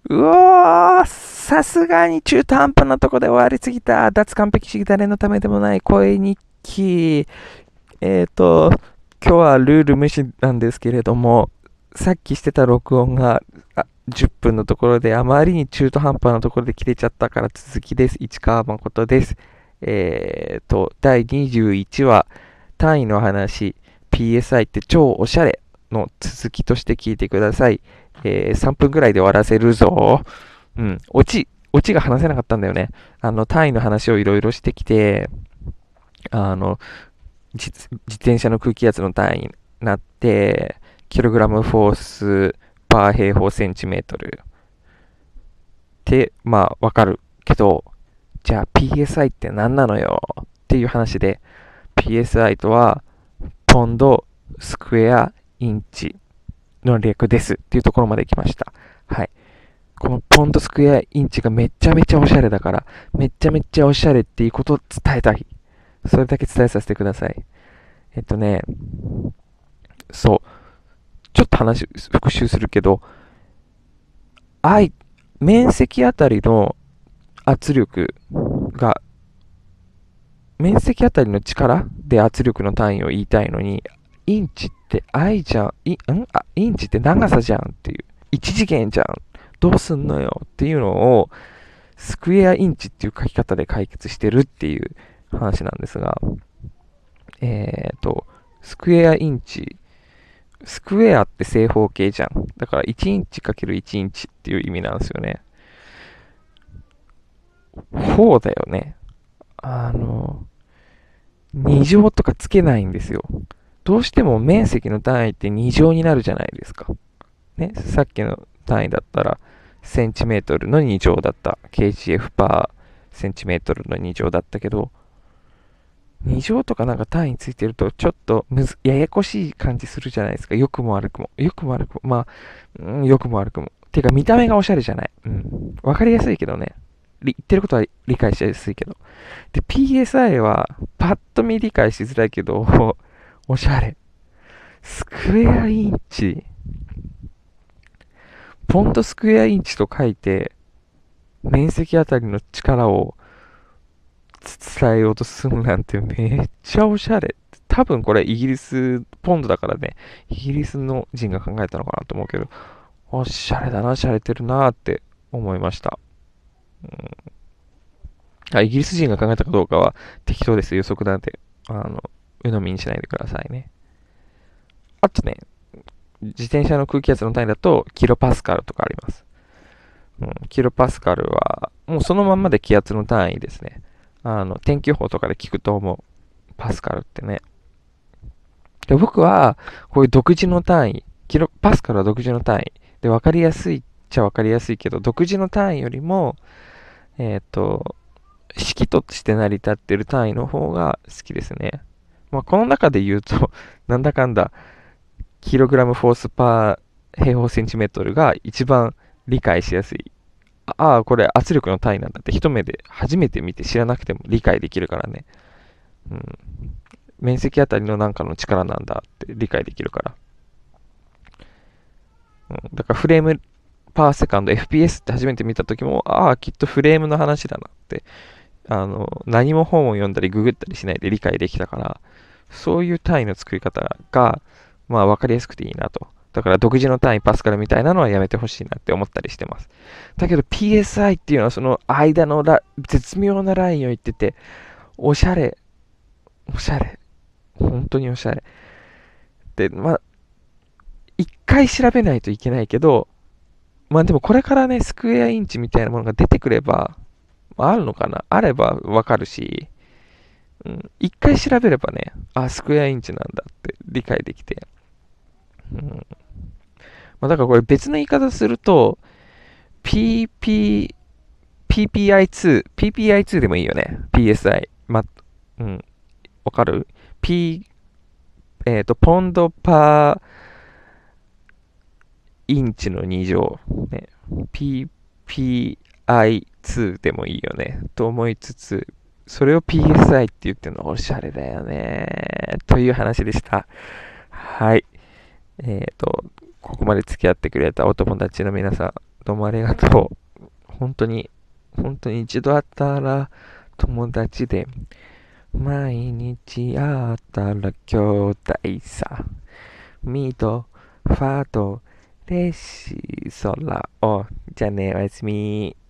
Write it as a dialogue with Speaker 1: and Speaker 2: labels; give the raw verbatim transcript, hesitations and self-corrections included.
Speaker 1: うおー、さすがに中途半端なとこで終わりすぎた。脱完璧主義誰のためでもない声日記。えーと、今日はルール無視なんですけれども、さっきしてた録音があじゅっぷんのところであまりに中途半端なところで切れちゃったから続きです。市川誠です。えーと、だいにじゅういちわ、単位の話、ピーエスアイ って超おしゃれの続きとして聞いてください。えー、さんぷんぐらいで終わらせるぞ。うん、オチ、オチが話せなかったんだよね。あの、単位の話をいろいろしてきて、あの、自自転車の空気圧の単位になって、キログラムフォースパー平方センチメートルって、まあ、わかるけど、じゃあ ピーエスアイ って何なのよっていう話で、ピーエスアイ とは、ポンドスクエアインチの略ですっていうところまで来ました。はい。このポンドスクエアインチがめちゃめちゃおしゃれだから、めちゃめちゃおしゃれっていうことを伝えたい。それだけ伝えさせてください。えっとね、そう、ちょっと話、復習するけど、愛、面積あたりの圧力が、面積あたりの力で圧力の単位を言いたいのに、インチって愛じゃん、いんあインチって長さじゃんっていう、一次元じゃん、どうすんのよっていうのを、スクエアインチっていう書き方で解決してるっていう話なんですが、えっ、ー、と、スクエアインチ、スクエアって正方形じゃん。だからいちインチ ×いちインチっていう意味なんですよね。よんだよね。あの、に乗とかつけないんですよ。どうしても面積の単位ってに乗になるじゃないですか。ね、さっきの単位だったら、センチメートルのに乗だった。ケージーエフ パーセンチメートルのに乗だったけど、に乗とかなんか単位ついてると、ちょっとむず、ややこしい感じするじゃないですか。良くも悪くも。良くも悪くも。まあ、うん、良くも悪くも。てか、見た目がおしゃれじゃない。うん。わかりやすいけどね。言ってることは理解しやすいけど。で、ピーエスアイ は、パッと見理解しづらいけど、おしゃれ。スクエアインチ。ポンドスクエアインチと書いて、面積あたりの力を伝えようとするなんてめっちゃおしゃれ。多分これイギリス、ポンドだからね、イギリスの人が考えたのかなと思うけど、おしゃれだな、しゃれてるなって思いました。うん、あ、イギリス人が考えたかどうかは適当です。予測なんで、あの、鵜呑みにしないでくださいね。あとね、自転車の空気圧の単位だと、キロパスカルとかあります。うん、キロパスカルは、もうそのまんまで気圧の単位ですね。あの、天気予報とかで聞くと思う。パスカルってね。で僕は、こういう独自の単位、キロ、パスカルは独自の単位。で、わかりやすいっちゃわかりやすいけど、独自の単位よりも、えっ、と、式として成り立ってる単位の方が好きですね。まあ、この中で言うと、なんだかんだ、キログラムフォースパー平方センチメートルが一番理解しやすい。ああ、これ圧力の単位なんだって一目で初めて見て知らなくても理解できるからね。うん。面積あたりのなんかの力なんだって理解できるから。うん、だからフレームパーセカンド エフピーエス って初めて見た時も、ああ、きっとフレームの話だなって、あの、何も本を読んだりググったりしないで理解できたから、そういう単位の作り方が、まあ分かりやすくていいなと。だから独自の単位パスカルみたいなのはやめてほしいなって思ったりしてます。だけど ピーエスアイ っていうのはその間のラ絶妙なラインを言ってて、おしゃれ、おしゃれ、本当におしゃれ。で、まあ、一回調べないといけないけど、まあでもこれからね、スクエアインチみたいなものが出てくれば、まあ、あるのかなあればわかるし、うん、一回調べればね、あ、スクエアインチなんだって理解できて。うん、まあ、だからこれ別の言い方すると、ピーピー、ピーピーアイツー、ピーピーアイツー でもいいよね。ピーエスアイ。ま、うん、わかる ?P、えっ、ー、と、ポンドパーインチのに乗。ね、ピーピーアイツー でもいいよね。と思いつつ、それを ピーエスアイ って言ってるのおしゃれだよね。という話でした。はい。えっ、ー、と、ここまで付き合ってくれたお友達の皆さん、 どうもありがとう。本当に、本当に一度会ったら友達で、毎日会ったら兄弟さ。ミとファとレシソラを。じゃあね、おやすみ。